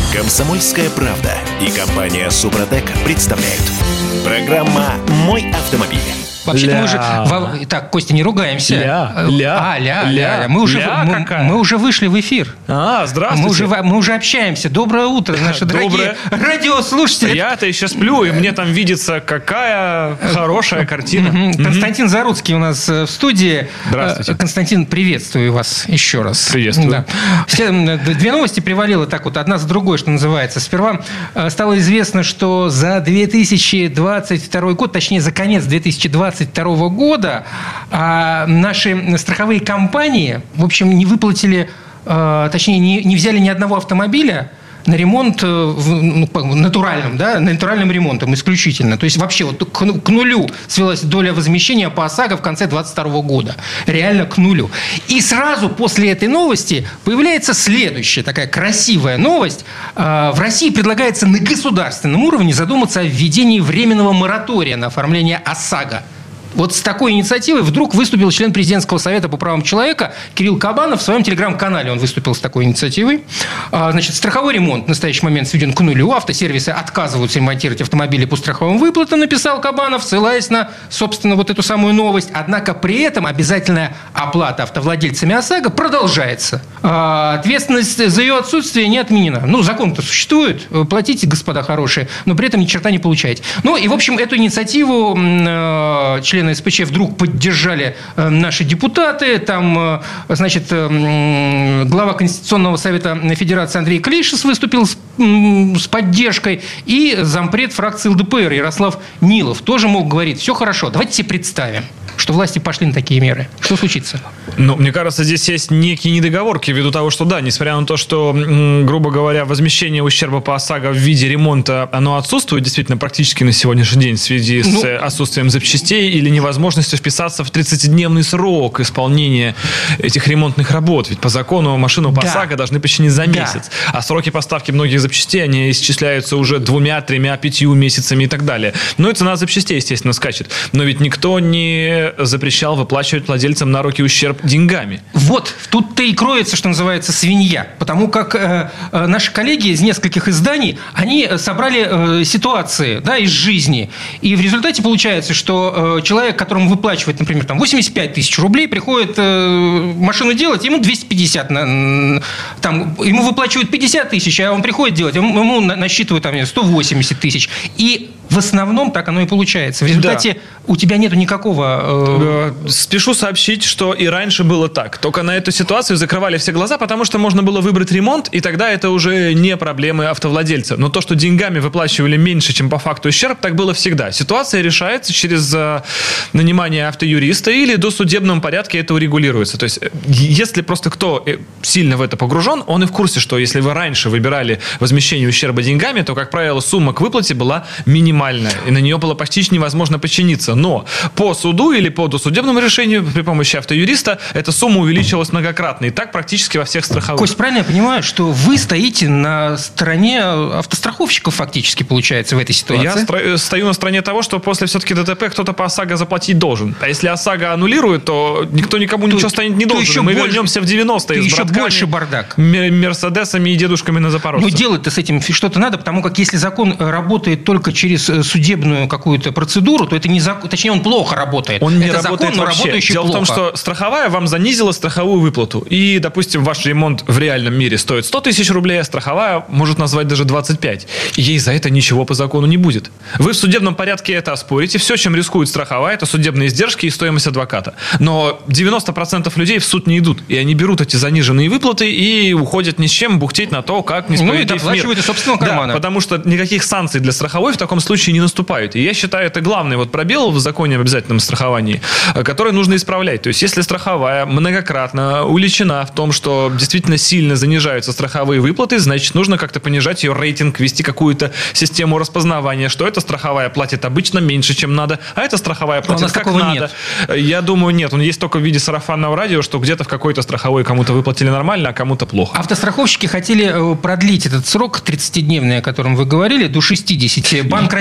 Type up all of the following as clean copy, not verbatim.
Комсомольская правда и компания «Супротек» представляют. Программа «Мой автомобиль». Вообще-то мы уже... Так, Костя, не ругаемся. Мы уже вышли в эфир. Здравствуйте. Мы уже общаемся. Доброе утро, наши дорогие радиослушатели. Я-то еще сплю, и мне там видится какая хорошая картина. Константин Заруцкий у нас в студии. Здравствуйте. Константин, приветствую вас еще раз. Приветствую. Да. Две новости привалило так вот, одна за другой, что называется. Сперва стало известно, что за 2022 год, точнее, за конец 2022 года наши страховые компании, в общем, не выплатили, точнее, не взяли ни одного автомобиля на ремонт натуральным ремонтом исключительно. То есть вообще вот к нулю свелась доля возмещения по ОСАГО в конце 2022 года. Реально к нулю. И сразу после этой новости появляется следующая такая красивая новость. В России предлагается на государственном уровне задуматься о введении временного моратория на оформление ОСАГО. Вот с такой инициативой вдруг выступил член президентского совета по правам человека Кирилл Кабанов в своем телеграм-канале. Он выступил с такой инициативой. Значит, страховой ремонт в настоящий момент сведен к нулю. Автосервисы отказываются ремонтировать автомобили по страховым выплатам, написал Кабанов, ссылаясь на, собственно, вот эту самую новость. Однако при этом обязательная оплата автовладельцами ОСАГО продолжается. Ответственность за ее отсутствие не отменена. Закон-то существует. Платите, господа хорошие, но при этом ни черта не получаете. И, в общем, эту инициативу члены СПЧ вдруг поддержали наши депутаты. Там, значит, глава Конституционного совета Федерации Андрей Клейшис выступил с поддержкой. И зампред фракции ЛДПР Ярослав Нилов тоже мог говорить: все хорошо, давайте себе представим, что власти пошли на такие меры. Что случится? Мне кажется, здесь есть некие недоговорки ввиду того, что да, несмотря на то, что, грубо говоря, возмещение ущерба по ОСАГО в виде ремонта, оно отсутствует действительно практически на сегодняшний день в связи с отсутствием запчастей или невозможностью вписаться в 30-дневный срок исполнения этих ремонтных работ. Ведь по закону машину по ОСАГО должны починить за месяц. А сроки поставки многих запчастей, они исчисляются уже 2, 3, 5 месяцами и так далее. И цена запчастей, естественно, скачет. Но ведь никто не запрещал выплачивать владельцам на руки ущерб деньгами. Вот, тут-то и кроется, что называется, свинья. Потому как наши коллеги из нескольких изданий, они собрали ситуации из жизни. И в результате получается, что человек, которому выплачивает, например, 85 тысяч рублей, приходит машину делать, ему 250. Ему выплачивают 50 тысяч, а он приходит делать, ему насчитывают 180 тысяч. И в основном так оно и получается. В результате у тебя нету никакого... Спешу сообщить, что и раньше было так. Только на эту ситуацию закрывали все глаза, потому что можно было выбрать ремонт, и тогда это уже не проблемы автовладельца. Но то, что деньгами выплачивали меньше, чем по факту ущерб, так было всегда. Ситуация решается через нанимание автоюриста или в досудебном порядке это урегулируется. То есть, если просто кто сильно в это погружен, он и в курсе, что если вы раньше выбирали возмещение ущерба деньгами, то, как правило, сумма к выплате была минимальная, и на нее было почти невозможно подчиниться. Но по суду или по досудебному решению при помощи автоюриста эта сумма увеличилась многократно. И так практически во всех страховых. Кость, правильно я понимаю, что вы стоите на стороне автостраховщиков фактически, получается, в этой ситуации? Я стою на стороне того, что после все-таки ДТП кто-то по ОСАГО заплатить должен. А если ОСАГО аннулирует, то никто никому ничего станет не должен. Мы вернемся в 90-е с братками, больше бардак. Мерседесами и дедушками на Запорожце. Делать-то с этим что-то надо, потому как если закон работает только через судебную какую-то процедуру, то это не закон, точнее, он плохо работает. Он не работает вообще. Дело в том, что страховая вам занизила страховую выплату. И, допустим, ваш ремонт в реальном мире стоит 100 тысяч рублей, а страховая может назвать даже 25. И ей за это ничего по закону не будет. Вы в судебном порядке это оспорите. Все, чем рискует страховая, это судебные издержки и стоимость адвоката. Но 90% людей в суд не идут. И они берут эти заниженные выплаты и уходят ни с чем бухтеть на то, как несправедлив мир. Доплачивают из собственного кармана. Да, потому что никаких санкций для страховой в таком случае не наступают. И я считаю, это главный пробел в законе об обязательном страховании, который нужно исправлять. То есть, если страховая многократно уличена в том, что действительно сильно занижаются страховые выплаты, значит, нужно как-то понижать ее рейтинг, ввести какую-то систему распознавания, что эта страховая платит обычно меньше, чем надо, а эта страховая платит как надо. Нет. Я думаю, нет. Он есть только в виде сарафанного радио, что где-то в какой-то страховой кому-то выплатили нормально, а кому-то плохо. Автостраховщики хотели продлить этот срок 30-дневный, о котором вы говорили, до 60. Банк России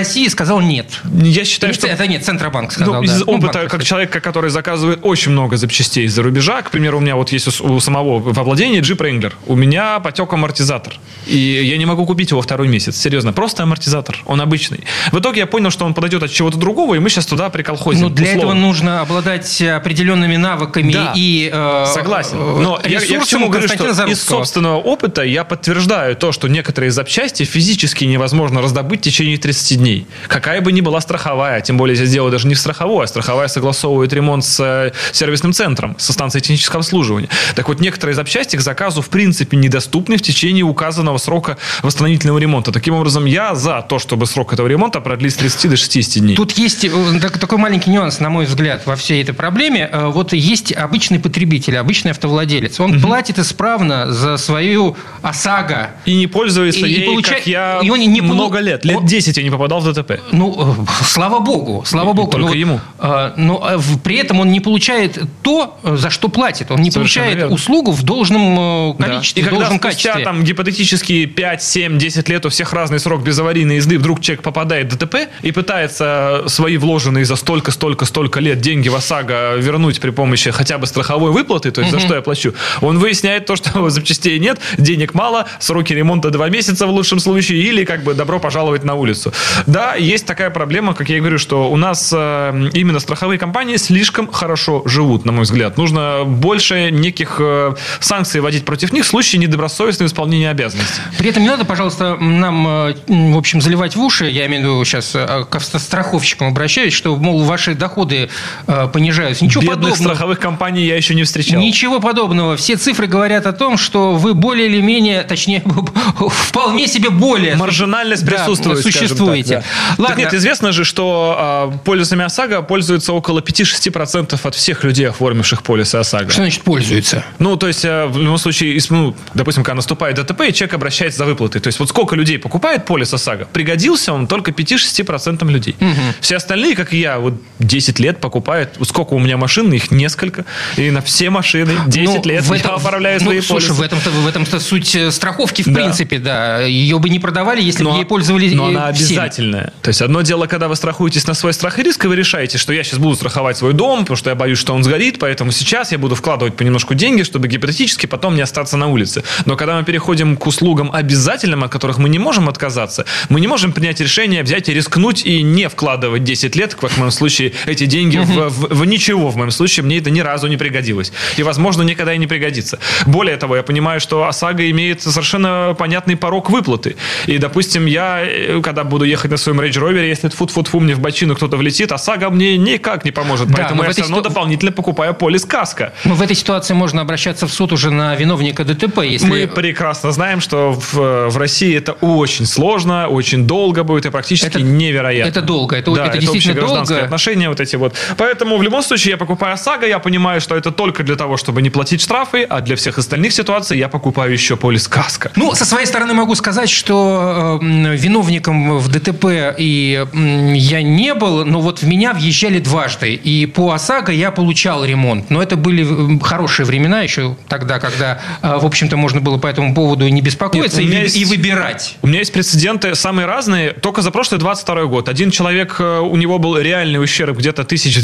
России сказал нет. Я считаю, что... Это нет, Центробанк сказал, из да. опыта, как человека, который заказывает очень много запчастей из-за рубежа, к примеру, у меня вот есть у самого во владении Jeep Wrangler, у меня потек амортизатор, и я не могу купить его второй месяц, серьезно, просто амортизатор, он обычный. В итоге я понял, что он подойдет от чего-то другого, и мы сейчас туда приколхозим. Но для этого нужно обладать определенными навыками и согласен. Но я к чему говорю, что из собственного опыта я подтверждаю то, что некоторые запчасти физически невозможно раздобыть в течение 30 дней. Какая бы ни была страховая, тем более здесь дело даже не в страховой, а страховая согласовывает ремонт с сервисным центром, со станцией технического обслуживания. Так вот, некоторые запчасти к заказу в принципе недоступны в течение указанного срока восстановительного ремонта. Таким образом, я за то, чтобы срок этого ремонта продлить с 30 до 60 дней. Тут есть такой маленький нюанс, на мой взгляд, во всей этой проблеме. Вот есть обычный потребитель, обычный автовладелец. Он платит исправно за свою ОСАГО. И не пользуется ей, как я, много лет. Лет 10 я не попадал в ДТП. Ну, слава богу. Только ему. Но при этом он не получает то, за что платит. Он не получает услугу в должном количестве, в должном качестве. И когда там гипотетически 5, 7, 10 лет, у всех разный срок безаварийной езды, вдруг человек попадает в ДТП и пытается свои вложенные за столько лет деньги в ОСАГО вернуть при помощи хотя бы страховой выплаты, то есть за что я плачу, он выясняет то, что запчастей нет, денег мало, сроки ремонта 2 месяца в лучшем случае, или как бы добро пожаловать на улицу. Да, есть такая проблема, как я и говорю, что у нас именно страховые компании слишком хорошо живут, на мой взгляд. Нужно больше неких санкций вводить против них в случае недобросовестного исполнения обязанностей. При этом не надо, пожалуйста, нам, в общем, заливать в уши, я имею в виду сейчас к страховщикам обращаюсь, что, мол, ваши доходы понижаются. Ничего Бедных подобного. страховых компаний я еще не встречал. Ничего подобного. Все цифры говорят о том, что вы более или менее, точнее, вполне себе более... Маржинальность присутствует, существуете. Так, да. Ладно. Так нет, известно же, что полисами ОСАГО пользуются около 5-6% от всех людей, оформивших полисы ОСАГО. Что значит пользуются? Ну, то есть, в любом случае, допустим, когда наступает ДТП, и человек обращается за выплатой. То есть, вот сколько людей покупает полис ОСАГО, пригодился он только 5-6% людей. Угу. Все остальные, как и я, вот 10 лет покупают. Вот сколько у меня машин, их несколько. И на все машины 10 лет я оформляю свои полисы. Слушай, в этом-то суть страховки, в принципе, да. Ее бы не продавали, если бы ей пользовались Но она обязательная. То есть, одно дело, когда вы страхуетесь на свой страх и риск, и вы решаете, что я сейчас буду страховать свой дом, потому что я боюсь, что он сгорит, поэтому сейчас я буду вкладывать понемножку деньги, чтобы гипотетически потом не остаться на улице. Но когда мы переходим к услугам обязательным, от которых мы не можем отказаться, мы не можем принять решение взять и рискнуть и не вкладывать 10 лет, как в моем случае, эти деньги в ничего. В моем случае мне это ни разу не пригодилось. И, возможно, никогда и не пригодится. Более того, я понимаю, что ОСАГО имеет совершенно понятный порог выплаты. И, допустим, я, когда буду ехать на своем Range Rover, если фу-фу-фу мне в бочину кто-то влетит, ОСАГО мне никак не поможет. Поэтому я все равно дополнительно покупаю полис КАСКО. Но в этой ситуации можно обращаться в суд уже на виновника ДТП. Если... Мы прекрасно знаем, что в России это очень сложно, очень долго будет и практически невероятно. Это долго, это действительно гражданские отношения вот эти вот. Поэтому в любом случае я покупаю ОСАГО, я понимаю, что это только для того, чтобы не платить штрафы, а для всех остальных ситуаций я покупаю еще полис КАСКО. Ну, со своей стороны могу сказать, что виновником в ДТП и я не был, но вот в меня въезжали дважды. И по ОСАГО я получал ремонт. Но это были хорошие времена еще тогда, когда, в общем-то, можно было по этому поводу не беспокоиться и выбирать. У меня есть прецеденты самые разные. Только за прошлый 22 год. Один человек, у него был реальный ущерб где-то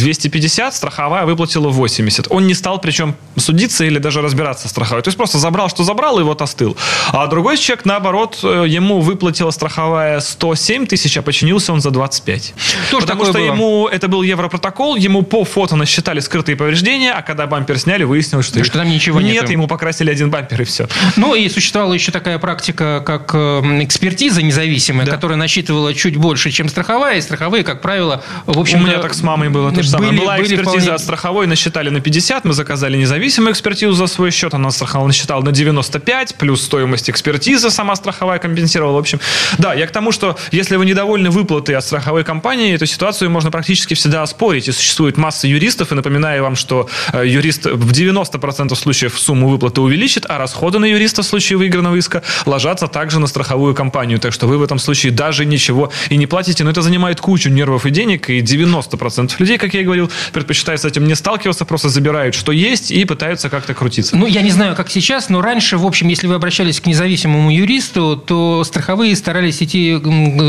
1250, страховая выплатила 80. Он не стал, причем, судиться или даже разбираться с страховой. То есть просто забрал, что забрал, и вот остыл. А другой человек, наоборот, ему выплатила страховая 107 тысяч, а починился он за 25. Тоже потому что ему, это был Европротокол, ему по фото насчитали скрытые повреждения, а когда бампер сняли, выяснилось, что там ничего нет. Нет, ему покрасили один бампер, и все. Ну, и существовала еще такая практика, как экспертиза независимая, которая насчитывала чуть больше, чем страховая, и страховые, как правило, в общем. У меня так с мамой было то же самое. Была экспертиза от страховой, насчитали на 50, мы заказали независимую экспертизу за свой счет, она страховала, насчитала на 95, плюс стоимость экспертизы сама страховая компенсировала. В общем, да, я к тому, что если вы недовольны выплатой от страховой компании, эту ситуацию можно практически всегда оспорить, и существует масса юристов, и напоминаю вам, что юрист в 90% случаев сумму выплаты увеличит, а расходы на юриста в случае выигранного иска ложатся также на страховую компанию, так что вы в этом случае даже ничего и не платите, но это занимает кучу нервов и денег, и 90% людей, как я и говорил, предпочитают с этим не сталкиваться, просто забирают, что есть, и пытаются как-то крутиться. Ну, я не знаю, как сейчас, но раньше, в общем, если вы обращались к независимому юристу, то страховые старались идти до судебного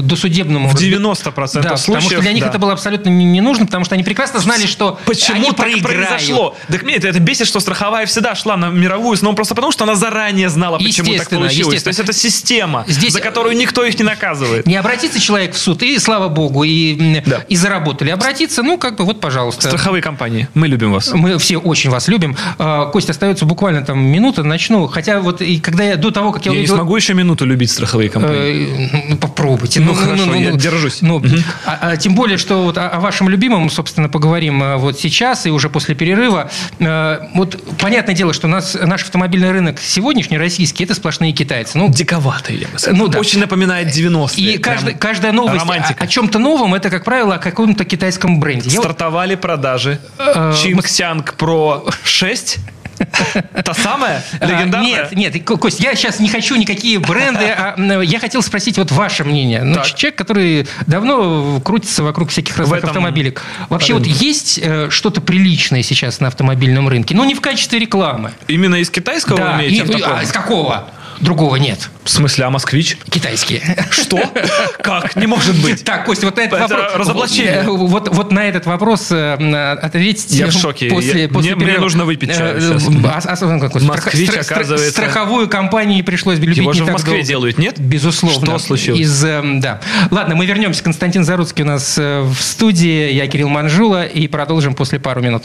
судебному. В 90% да, случаев. Потому что для них это было абсолютно не нужно, потому что они прекрасно знали, что почему они так проиграют. произошло? Так мне это бесит, что страховая всегда шла на мировую, но просто потому, что она заранее знала, почему так получилось. То есть это система, за которую никто их не наказывает. Не обратится человек в суд, и слава богу, и заработали. Обратиться, вот, пожалуйста. Страховые компании, мы любим вас. Мы все очень вас любим. Костя, остается буквально минута, начну. Хотя и когда я до того, как я увидел... не смогу еще минуту любить страховые компании. Попробуйте. Хорошо, я держусь. Тем более, что о вашем любимом, собственно, поговорим сейчас и уже после перерыва. Понятное дело, что наш автомобильный рынок сегодняшний, российский, это сплошные китайцы. Диковатые, я бы сказал. Очень напоминает 90-е. И каждая новость о чем-то новом, это, как правило, о каком-то китайском бренде. Стартовали продажи Чингсянг Pro 6. Та самая? Легендарная? Нет, Кость, я сейчас не хочу никакие бренды. Я хотел спросить ваше мнение. Человек, который давно крутится вокруг всяких разных автомобилек. Вообще есть что-то приличное сейчас на автомобильном рынке? Не в качестве рекламы. Именно из китайского имеете автопром? Из какого? Другого нет. В смысле, а москвич? Китайские. Что? Как? Не может быть. Так, Костя, на этот вопрос... разоблачение. Вот на этот вопрос ответьте. Я в шоке. Мне нужно выпить чаю сейчас. Москвич, оказывается... Страховую компанию пришлось любить. Его же в Москве делают, нет? Безусловно. Что случилось? Ладно, мы вернемся. Константин Заруцкий у нас в студии. Я Кирилл Манжула. И продолжим после пару минут.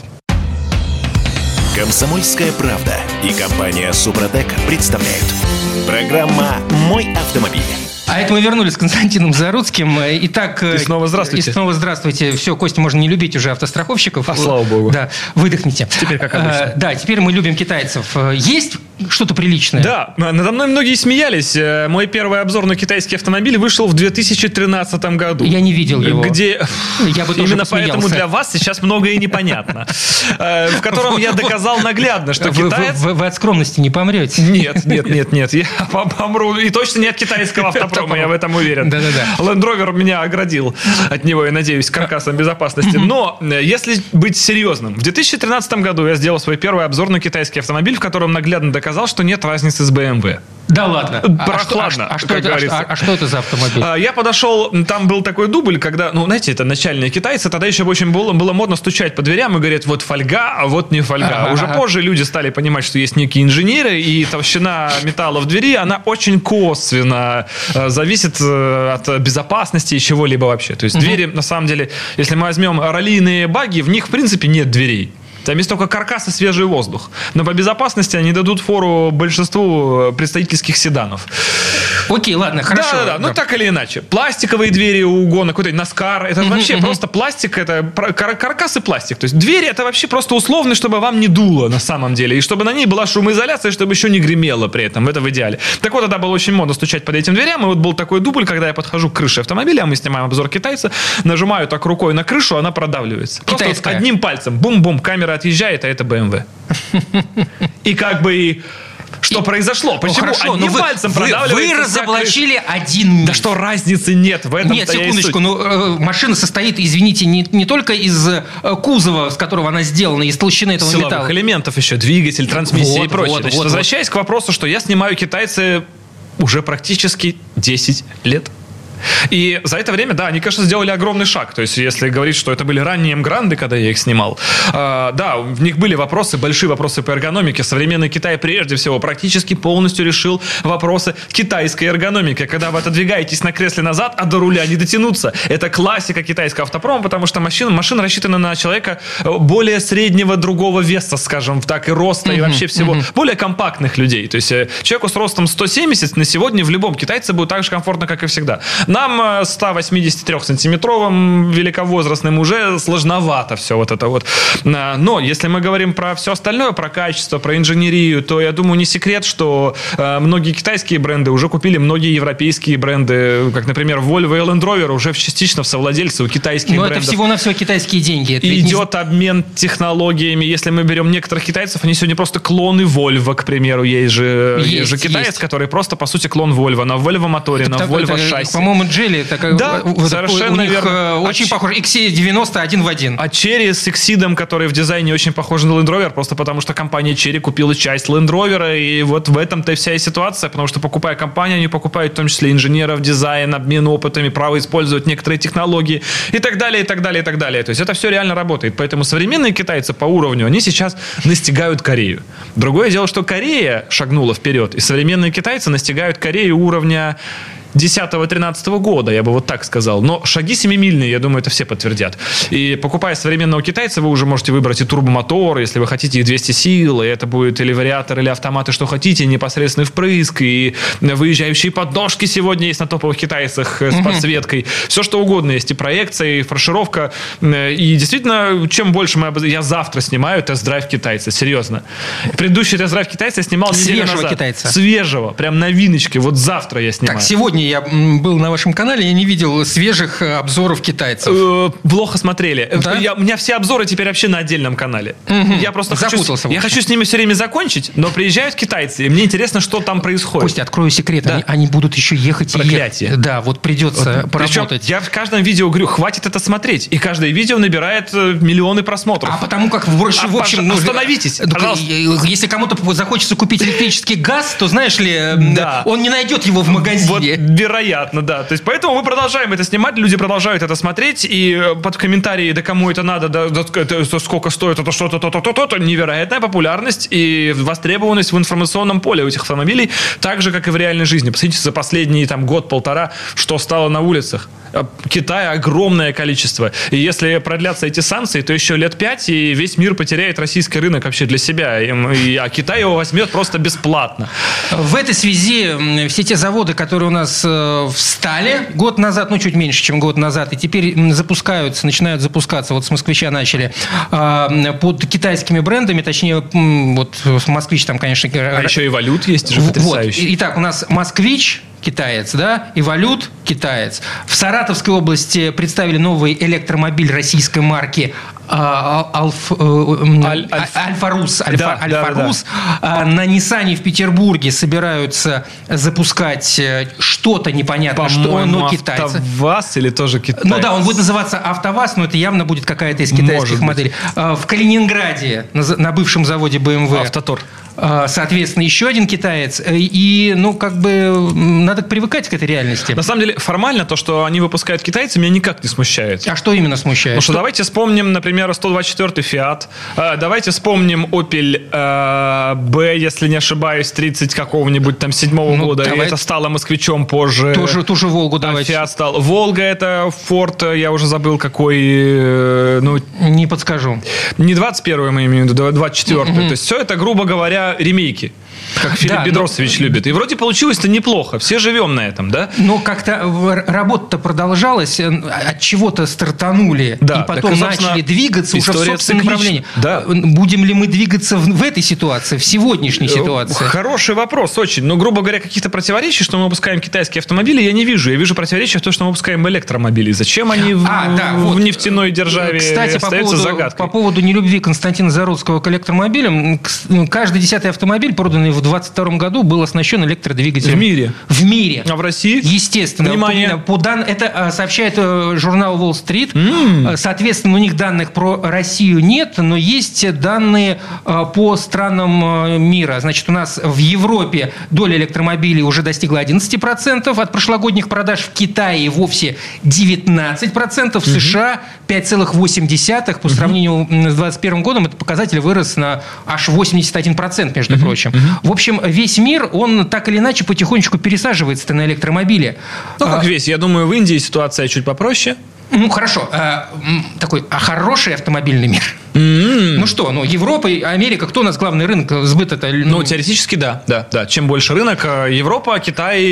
«Комсомольская правда» и компания «Супротек» представляют. Программа «Мой автомобиль». А это мы вернулись с Константином Заруцким. Итак, и снова здравствуйте. И снова здравствуйте. Все, Костя, можно не любить уже автостраховщиков. Слава богу. Да, выдохните. Теперь как обычно. Да, теперь мы любим китайцев. Есть что-то приличное? Да, надо мной многие смеялись. Мой первый обзор на китайский автомобиль вышел в 2013 году. Я не видел его. Где... Я бы тоже именно поэтому для вас сейчас многое непонятно. В котором я доказал наглядно, что китаец... Вы от скромности не помрете. Нет. Я помру. И точно не от китайского автопрома, я в этом уверен. Да-да-да. Land Rover меня оградил от него, я надеюсь, каркасом безопасности. Но, если быть серьезным, в 2013 году я сделал свой первый обзор на китайский автомобиль, в котором наглядно доказал, что нет разницы с BMW. Да ладно. Прохладно, как говорится. А что это за автомобиль? Я подошел, там был такой дубль, когда, знаете, это начальные китайцы, тогда еще очень было модно стучать по дверям и говорить, вот фольга, а вот не фольга. Уже позже люди стали понимать, что есть некие инженеры, и толщина металла в двери, она очень косвенно зависит от безопасности и чего-либо вообще. То есть двери, на самом деле, если мы возьмем раллийные багги, в них, в принципе, нет дверей. Там есть только каркас и свежий воздух. Но по безопасности они дадут фору большинству представительских седанов. Окей, ладно, хорошо. Да. Так или иначе. Пластиковые двери у гонок, какой-то Наскар, это вообще просто пластик, это каркас и пластик. То есть двери это вообще просто условно, чтобы вам не дуло на самом деле. И чтобы на ней была шумоизоляция, чтобы еще не гремело при этом. Это в идеале. Так вот, тогда было очень модно стучать под этим дверям. И вот был такой дубль, когда я подхожу к крыше автомобиля, а мы снимаем обзор китайца, нажимаю так рукой на крышу, она продавливается. Просто вот одним пальцем. Бум-бум, камера отъезжает, а это BMW. И как бы... Что произошло? Почему одним пальцем продавливается? Вы разоблачили один миф. Да что разницы нет в этом? Нет, секундочку. Машина состоит, извините, не только из кузова, с которого она сделана, из толщины этого металла. Силовых элементов еще, двигатель, трансмиссия и прочее. Возвращаясь к вопросу, что я снимаю китайцы уже практически 10 лет. И за это время, да, они, конечно, сделали огромный шаг. То есть, если говорить, что это были ранние М-гранды, когда я их снимал, да, в них были вопросы, большие вопросы по эргономике. Современный Китай, прежде всего, практически полностью решил вопросы китайской эргономики. Когда вы отодвигаетесь на кресле назад, а до руля не дотянуться. Это классика китайского автопрома, потому что машина рассчитана на человека более среднего другого веса, скажем так, и роста, и вообще всего. Более компактных людей. То есть, человеку с ростом 170 на сегодня в любом китайце будет так же комфортно, как и всегда. Нам 183-сантиметровым великовозрастным уже сложновато все вот это вот. Но если мы говорим про все остальное, про качество, про инженерию, то я думаю, не секрет, что многие китайские бренды уже купили многие европейские бренды, как, например, Volvo и Land Rover уже частично в совладельце у китайских брендов. Но это всего-навсего китайские деньги. И идет обмен технологиями. Если мы берем некоторых китайцев, они сегодня просто клоны Volvo, к примеру. Есть же китаец, который просто, по сути, клон Volvo. На Volvo моторе, на Volvo шасси. По-моему, Том и Джерри, Да, совершенно у них верно. очень похож. XC90 один в один. А Cherry с Exceed, который в дизайне очень похож на Land Rover, просто потому что компания Cherry купила часть Land Rover, и вот в этом-то и вся и ситуация, потому что, покупая компанию, они покупают в том числе инженеров, дизайн, обмен опытами, право использовать некоторые технологии и так далее, и так далее, и так далее. То есть это все реально работает. Поэтому современные китайцы по уровню, они сейчас настигают Корею. Другое дело, что Корея шагнула вперед, и современные китайцы настигают Корею уровня 10-13 года, я бы вот так сказал. Но шаги семимильные, я думаю, это все подтвердят. И покупая современного китайца, вы уже можете выбрать и турбомотор, если вы хотите, и 200 сил, и это будет или вариатор, или автоматы, что хотите, и непосредственный впрыск, и выезжающие подножки сегодня есть на топовых китайцах с подсветкой. Все, что угодно есть, и проекция, и фаршировка. И действительно, чем больше я завтра снимаю тест-драйв китайца, серьезно. Предыдущий тест-драйв китайца я снимал неделю назад. Китайца. Свежего, прям новиночки. Вот завтра я снимаю. Так, сегодня я был на вашем канале, я не видел свежих обзоров китайцев. Плохо смотрели. Да? У меня все обзоры теперь вообще на отдельном канале. Я просто Запутался. я хочу с ними все время закончить, но приезжают китайцы, и мне интересно, что там происходит. Костя, открою секрет, Да. они будут еще ехать Проклятие. и ехать. Да, вот придется Причем поработать. я в каждом видео говорю, хватит это смотреть. И каждое видео набирает миллионы просмотров. А потому как больше, в общем... Остановитесь, пожалуйста. Если кому-то захочется купить электрический газ, то, знаешь ли, Да. он не найдет его в магазине. Вот, вероятно, да. То есть, поэтому мы продолжаем это снимать, люди продолжают это смотреть, и под комментарии, да кому это надо, да это сколько стоит, это что-то, то-то, невероятная популярность и востребованность в информационном поле у этих автомобилей, так же, как и в реальной жизни. Посмотрите, за последний год-полтора, что стало на улицах. Китая огромное количество. И если продлятся эти санкции, то еще лет 5, и весь мир потеряет российский рынок вообще для себя. А Китай его возьмет просто бесплатно. В этой связи все те заводы, которые у нас встали год назад, чуть меньше, чем год назад, и теперь начинают запускаться, вот с «Москвича» начали, под китайскими брендами, точнее, вот «Москвич» там, конечно... А еще и «Валют» есть же потрясающий. Вот. Итак, у нас «Москвич», китаец, да, и «Валют» китаец. В Саратовской области представили новый электромобиль российской марки Альфа-Рус. На Ниссане в Петербурге собираются запускать что-то непонятно, по-моему, что, но китайцы. АвтоВАЗ или тоже китайцы? Ну да, он будет называться АвтоВАЗ, но это явно будет какая-то из китайских моделей. В Калининграде на бывшем заводе BMW Автотор. Соответственно, еще один китаец. И, надо привыкать к этой реальности. На самом деле, формально то, что они выпускают китайцы, меня никак не смущает. А что именно смущает? Потому что давайте вспомним, например, 124-й Fiat. Давайте вспомним Opel B, если не ошибаюсь, 30 какого-нибудь там 7-го года. И это стало москвичом позже. Ту же Волгу давайте. Fiat стал. Волга это Ford, я уже забыл какой. Не подскажу. Не 21-й, мы имеем в виду, 24-й. То есть все это, грубо говоря, ремейки. Как Филипп Бедросович любит. И вроде получилось-то неплохо. Все живем на этом, да? Но как-то работа-то продолжалась, от чего-то стартанули, да, и потом начали двигаться уже в собственном направлении. Да. Будем ли мы двигаться в этой ситуации, в сегодняшней ситуации? Хороший вопрос, очень. Но, грубо говоря, каких-то противоречий, что мы выпускаем китайские автомобили, я не вижу. Я вижу противоречия в том, что мы выпускаем электромобили. Зачем они в нефтяной державе? Кстати, остаются загадкой. по поводу нелюбви Константина Зародского к электромобилям, каждый 10-й автомобиль, проданный в 2022 году, был оснащен электродвигателем. В мире? В мире. А в России? Естественно. Внимание. Это сообщает журнал Wall Street. Соответственно, у них данных про Россию нет, но есть данные по странам мира. Значит, у нас в Европе доля электромобилей уже достигла 11%, от прошлогодних продаж в Китае вовсе 19%, в США 5,8%. По сравнению с 2021 годом этот показатель вырос на аж 81%, между прочим. В общем, весь мир, он так или иначе потихонечку пересаживается на электромобили. Как весь. Я думаю, в Индии ситуация чуть попроще. Хорошо. Такой хороший автомобильный мир. Европа и Америка, кто у нас главный рынок сбыта-то? Теоретически да. Чем больше рынок, Европа, Китай,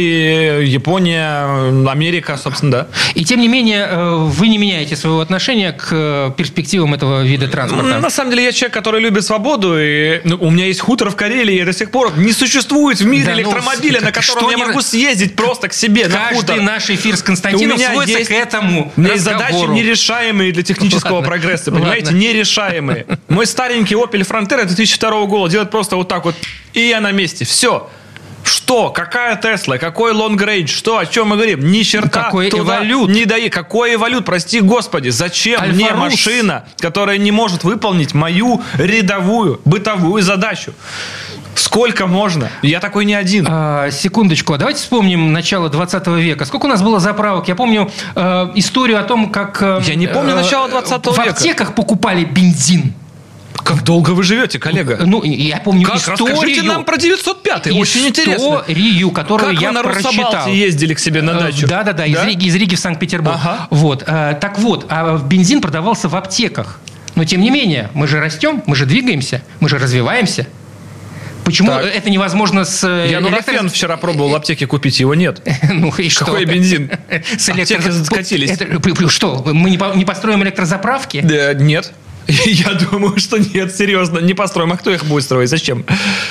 Япония, Америка, собственно, да. И тем не менее, вы не меняете своего отношения к перспективам этого вида транспорта. На самом деле, я человек, который любит свободу, и у меня есть хутор в Карелии, и до сих пор не существует в мире электромобиля, на котором я могу съездить просто к себе на хутор. Каждый наш эфир с Константином сводится к этому разговору. Есть задачи нерешаемые для технического прогресса, понимаете? Нерешаемые. Мой старенький Opel Frontera 2002 года делает просто вот так вот, и я на месте. Все. Что? Какая Тесла? Какой лонг-рейндж? Что? О чем мы говорим? Ни черта. Какой эволют? Не дай. Какой эволют? Прости господи. Зачем мне Альфа-Рус? машина, которая не может выполнить мою рядовую бытовую задачу? Сколько можно? Я такой не один. Секундочку. Давайте вспомним начало 20 века. Сколько у нас было заправок? Я помню историю о том, как... Я не помню начало 20 века. В аптеках покупали бензин. Как долго вы живете, коллега? Ну, я помню Как? историю. Расскажите нам про 905-й. Очень интересно. Историю, которую как я вы на прочитал. Руссобалте ездили к себе на дачу? Да? Из Риги в Санкт-Петербург. Ага. Вот. Так вот, бензин продавался в аптеках. Но, тем не менее, мы же растем, мы же двигаемся, мы же развиваемся. Почему Так. это невозможно с... Я нурофен вчера пробовал в аптеке купить, его нет. Ну и что? Какой бензин? С Аптеки скатились. Что, мы не построим электрозаправки? Нет. Я думаю, что нет, серьезно. Не построим. А кто их будет строить? Зачем?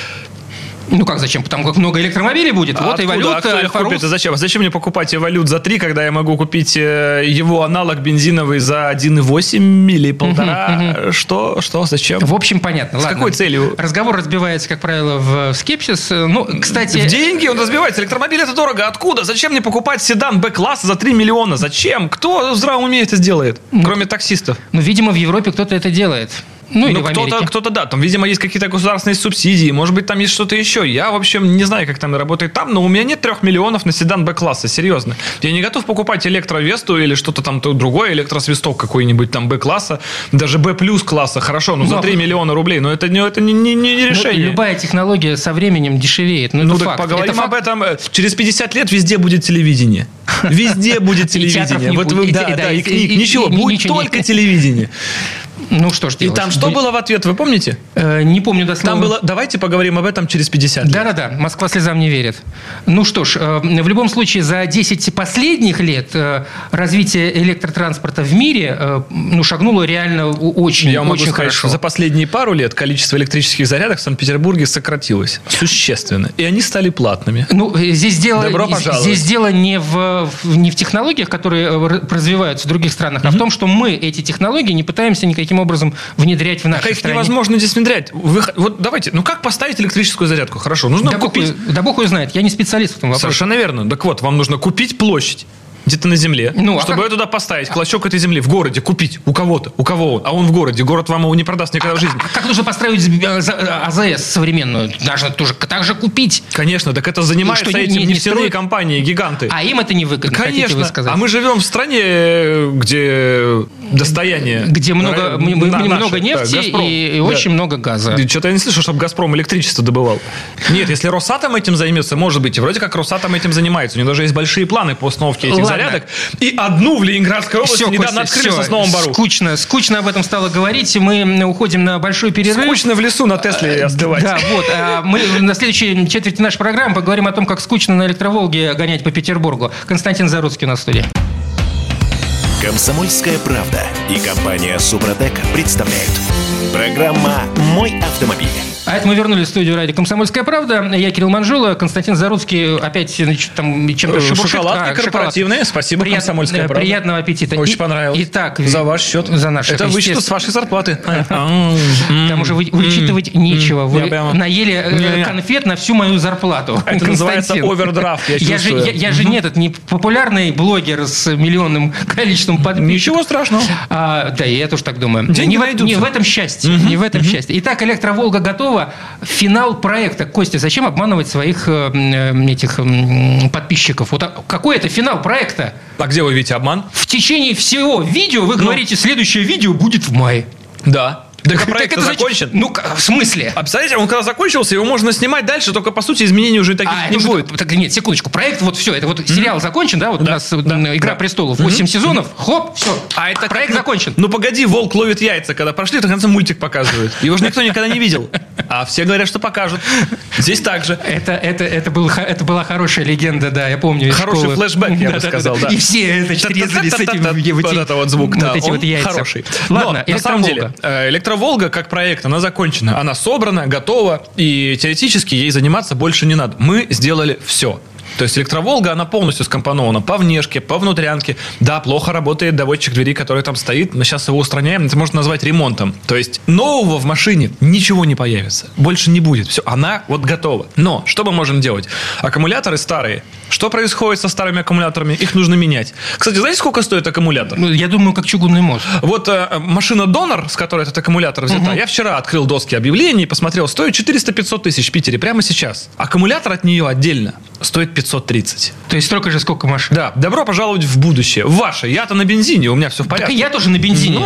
Ну как зачем? Потому как много электромобилей будет. Вот Откуда? Эволют, А кто их Альфа-Рус. купит? Зачем? Зачем мне покупать Эволют за 3, когда я могу купить его аналог бензиновый за 1,8 или 1,5? Что? Зачем? В общем, понятно. С Ладно. какой целью? Разговор разбивается, как правило, в скепсис. Ну, кстати... В деньги он разбивается. Электромобиль это дорого. Откуда? Зачем мне покупать седан Б-класса за 3 миллиона? Зачем? Кто в здравом уме это сделает? Кроме таксистов. Ну, видимо, в Европе кто-то это делает. Ну, или в Америке. Кто-то, да. Там, видимо, есть какие-то государственные субсидии. Может быть, там есть что-то еще. Я, в общем, не знаю, как там работает там, но у меня нет 3 миллионов на седан Б-класса. Серьезно. Я не готов покупать электровесту или что-то там другое, электросвисток какой-нибудь там Б-класса, даже Б+ класса. Хорошо, за 3 миллиона рублей. Но это не решение. Ну, любая технология со временем дешевеет. Ну, это так факт. поговорим Это об этом. Через 50 лет везде будет телевидение. Везде будет телевидение. Да, и книг. Ничего, будет только телевидение. Ну, что ж И делать? там что было в ответ, вы помните? Не помню дословно. Там было, давайте поговорим об этом через 50 лет. Да, Москва слезам не верит. Ну что ж, в любом случае, за 10 последних лет развитие электротранспорта в мире шагнуло реально очень, Я могу очень сказать, хорошо. что за последние пару лет количество электрических зарядок в Санкт-Петербурге сократилось существенно. И они стали платными. Ну, здесь дело не в технологиях, которые развиваются в других странах, а в том, что мы эти технологии не пытаемся никаким образом внедрять в нашей их стране. невозможно здесь внедрять. Вот давайте, как поставить электрическую зарядку? Хорошо, нужно купить... Да бог его знает, я не специалист в этом вопросе. Совершенно верно. Так вот, вам нужно купить площадь где-то на земле, чтобы ее туда поставить, клочок этой земли в городе, купить у кого-то. У кого он? А он в городе. Город вам его не продаст никогда в жизни. Как нужно построить АЗС современную? Нужно тоже так же купить. Конечно, так это занимаются этим нефтяные компании, гиганты. А им это невыгодно, конечно. хотите вы сказать? А мы живем в стране, где достояние... Где много нефти Газпром. и очень много газа. Что-то я не слышу, чтобы «Газпром» электричество добывал. Нет, если «Росатом» этим займется, может быть. И вроде как «Росатом» этим занимается. У него даже есть большие планы по установке этих зарядок. И одну в Ленинградской области недавно открыли в Сосновом Бору. Скучно об этом стало говорить. Мы уходим на большой перерыв. Скучно в лесу на Тесле остывать. Да, вот. Мы на следующей четверти нашей программы поговорим о том, как скучно на электроволге гонять по Петербургу. Константин Заруцкий у нас в студии. «Комсомольская правда» и компания «Супротек» представляют. Программа «Мой автомобиль». А это мы вернулись в студию радио «Комсомольская правда». Я Кирилл Манжула, Константин Заруцкий опять там чем-то шебуршит. Шоколадки корпоративные. Спасибо, «Комсомольская правда». Приятного аппетита. Очень понравилось. Итак, за ваш счет. За наш счет. Это вычет с вашей зарплаты. Там уже вычитывать нечего. Вы наели конфет на всю мою зарплату. Это называется овердрафт, я чувствую. Я же не популярный блогер с миллионным количеством подписчиков. Ничего страшного. Да, я тоже так думаю. Деньги не в этом счастье. Не в этом счастье. Итак, электроволга готова. Финал проекта. Костя, зачем обманывать своих подписчиков? Вот какой это финал проекта? А где вы видите обман? В течение всего видео вы говорите, следующее видео будет в мае. Да. Так проект закончен. В смысле? А представляете, он когда закончился, его можно снимать дальше, только по сути изменений уже таких не будет. Нет, секундочку. Проект все. Это сериал закончен, да? Вот у нас «Игра престолов». 8 сезонов. Хоп, все. А это проект закончен. Ну погоди, «Волк ловит яйца». Когда прошли, то в конце мультик показывают. Его же никто никогда не видел. А все говорят, что покажут. Здесь так же. Это была хорошая легенда, да, я помню. Хороший флешбэк, я бы сказал, да. И все резали с этим вот это вот звук, да. эти вот яйца. Хороший. Ладно, на самом деле, «Электроволга» как проект, она закончена. Она собрана, готова. И теоретически ей заниматься больше не надо. Мы сделали все. То есть электроволга, она полностью скомпонована по внешке, по внутрянке. Да, плохо работает доводчик двери, который там стоит. Мы сейчас его устраняем. Это можно назвать ремонтом. То есть нового в машине ничего не появится. Больше не будет. Все, она вот готова. Но что мы можем делать? Аккумуляторы старые. Что происходит со старыми аккумуляторами? Их нужно менять. Кстати, знаете, сколько стоит аккумулятор? Ну, я думаю, как чугунный мост. Вот машина-донор, с которой этот аккумулятор взята, я вчера открыл доски объявлений и посмотрел, стоит 400-500 тысяч в Питере прямо сейчас. Аккумулятор от нее отдельно стоит 530. То есть столько же, сколько машин. Да, добро пожаловать в будущее. В ваше. Я-то на бензине, у меня все в порядке. Так и я тоже на бензине.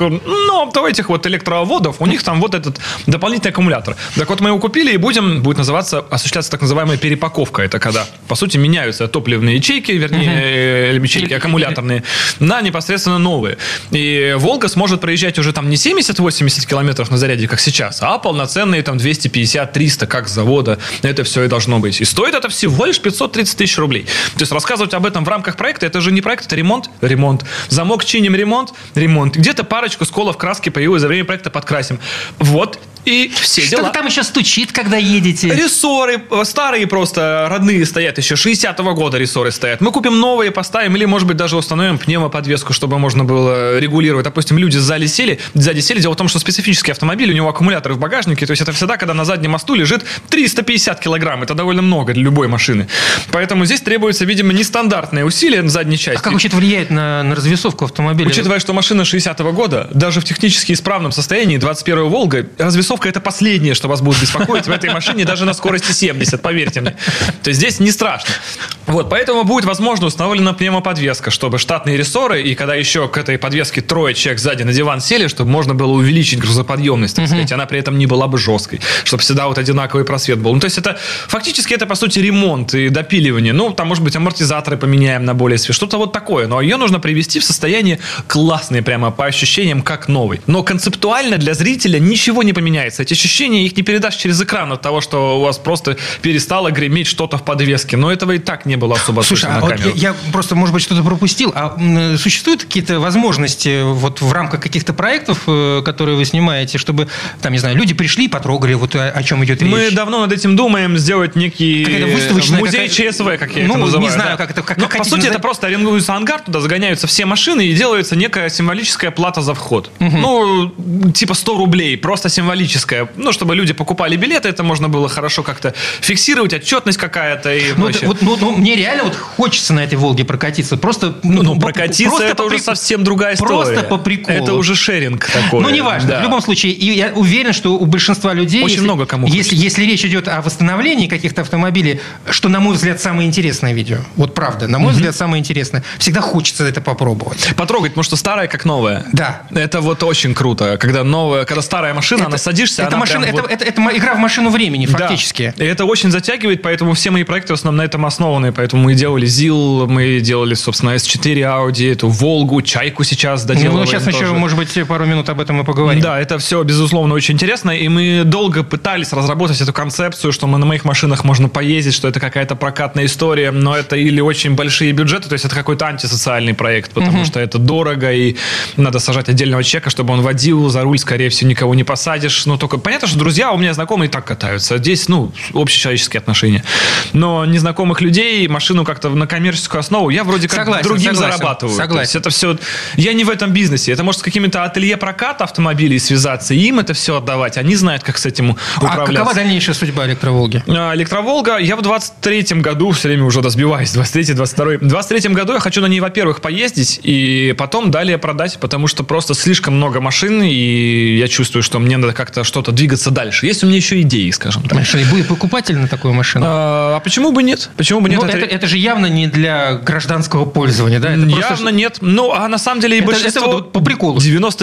Ну, у этих вот электроводов, у них там вот этот дополнительный аккумулятор. Так вот, мы его купили и будет осуществляться так называемая перепаковка. Это когда, по сути, меняются топливные ячейки, вернее, ячейки аккумуляторные, на непосредственно новые. И Волга сможет проезжать уже там не 70-80 километров на заряде, как сейчас, а полноценные там 250-300, как с завода. Это все и должно быть. И стоит это всего лишь 530 тысяч рублей. То есть рассказывать об этом в рамках проекта, это же не проект, это ремонт. Ремонт. Замок чиним, ремонт. Где-то парочку сколов краски появилось за время проекта, подкрасим. Вот. И все Что-то дела. там еще стучит, когда едете. Рессоры старые просто, родные стоят еще, 60-го года рессоры стоят. Мы купим новые, поставим, или, может быть, даже установим пневмоподвеску, чтобы можно было регулировать. Допустим, люди сзади сели. Дело в том, что специфический автомобиль, у него аккумуляторы в багажнике, то есть это всегда, когда на заднем мосту лежит 350 килограмм. Это довольно много для любой машины. Поэтому здесь требуется, видимо, нестандартные усилия на задней части. А как вообще это влияет на развесовку автомобиля? Учитывая, что машина 60-го года, даже в технически исправном состоянии, 21-й Волга, развесовка это последнее, что вас будет беспокоить в этой машине, даже на скорости 70, поверьте мне. То есть здесь не страшно. Вот, поэтому будет, возможно, установлена пневмоподвеска, чтобы штатные рессоры, и когда еще к этой подвеске трое человек сзади на диван сели, чтобы можно было увеличить грузоподъемность, так сказать, она при этом не была бы жесткой, чтобы всегда вот одинаковый просвет был. Ну, то есть это, фактически, это, по сути, ремонт и допиливание. Ну, там, может быть, амортизаторы поменяем на более свежие, что-то вот такое. Но ее нужно привести в состояние классное, прямо по ощущениям, как новый. Но концептуально для зрителя ничего не поменяется. Эти ощущения, их не передашь через экран от того, что у вас просто перестало греметь что-то в подвеске. Но этого и так не было особо. Слушай, на камеру. Вот я просто, может быть, что-то пропустил. А существуют какие-то возможности вот в рамках каких-то проектов, которые вы снимаете, чтобы, там, не знаю, люди пришли и потрогали, вот о чем идет речь? Мы давно над этим думаем, сделать некий музей ЧСВ, как я это называю. Не знаю, как это... По сути, это просто арендуется ангар, туда загоняются все машины и делается некая символическая плата за вход. Ну, типа 100 рублей, просто символическая. Ну, чтобы люди покупали билеты, это можно было хорошо как-то фиксировать, отчетность какая-то и прочее. Мне реально вот хочется на этой Волге прокатиться. Просто... прокатиться просто это уже совсем другая история. Просто по приколу. Это уже шеринг такой. Ну, неважно. Да. В любом случае, и я уверен, что у большинства людей... Очень много кому если речь идет о восстановлении каких-то автомобилей, что, на мой взгляд, самое интересное видео. Вот правда. На мой взгляд, самое интересное. Всегда хочется это попробовать. Потрогать, потому что старая как новая. Да. Это вот очень круто. Когда старая машина, она садишься, это игра в машину времени, фактически. Да. И это очень затягивает, поэтому все мои проекты в основном на этом основаны. Поэтому мы делали ЗИЛ, мы делали, собственно, S4 Audi, эту Волгу, Чайку сейчас доделываем. Ну, сейчас еще, может быть, пару минут об этом и поговорим. Да, это все, безусловно, очень интересно. И мы долго пытались разработать эту концепцию, что на моих машинах можно поездить, что это какая-то прокатная история, но это или очень большие бюджеты, то есть это какой-то антисоциальный проект, потому что это дорого, и надо сажать отдельного человека, чтобы он водил, за руль, скорее всего, никого не посадишь. Ну, только понятно, что друзья у меня знакомые и так катаются. Здесь, общечеловеческие отношения. Но незнакомых людей, машину как-то на коммерческую основу, я вроде как другим зарабатываю. Согласен. То есть это все... Я не в этом бизнесе. Это может с какими-то ателье проката автомобилей связаться, и им это все отдавать. Они знают, как с этим управляться. А какова дальнейшая судьба электроволги? Электроволга, я в 23-м году, все время уже сбиваюсь, 23-22. В 23-м году я хочу на ней, во-первых, поездить, и потом далее продать, потому что просто слишком много машин, и я чувствую, что мне надо как-то что-то двигаться дальше. Есть у меня еще идеи, скажем так. И будет покупатель на такую машину? А почему бы нет? Почему бы нет? Это же явно не для гражданского пользования, да? Это явно нет. Ну, а на самом деле и большинство... Это вот по приколу.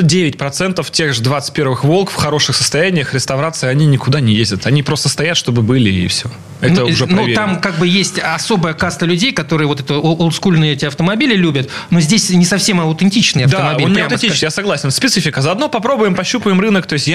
99% тех же 21-х Волг в хороших состояниях, реставрации, они никуда не ездят. Они просто стоят, чтобы были, и все. Это уже проверено. Ну, там как бы есть особая каста людей, которые вот это олдскульные эти автомобили любят, но здесь не совсем аутентичные автомобили. Да, он не аутентичный, я согласен. Специфика. Заодно попробуем, пощупаем рынок. То есть я не ставлю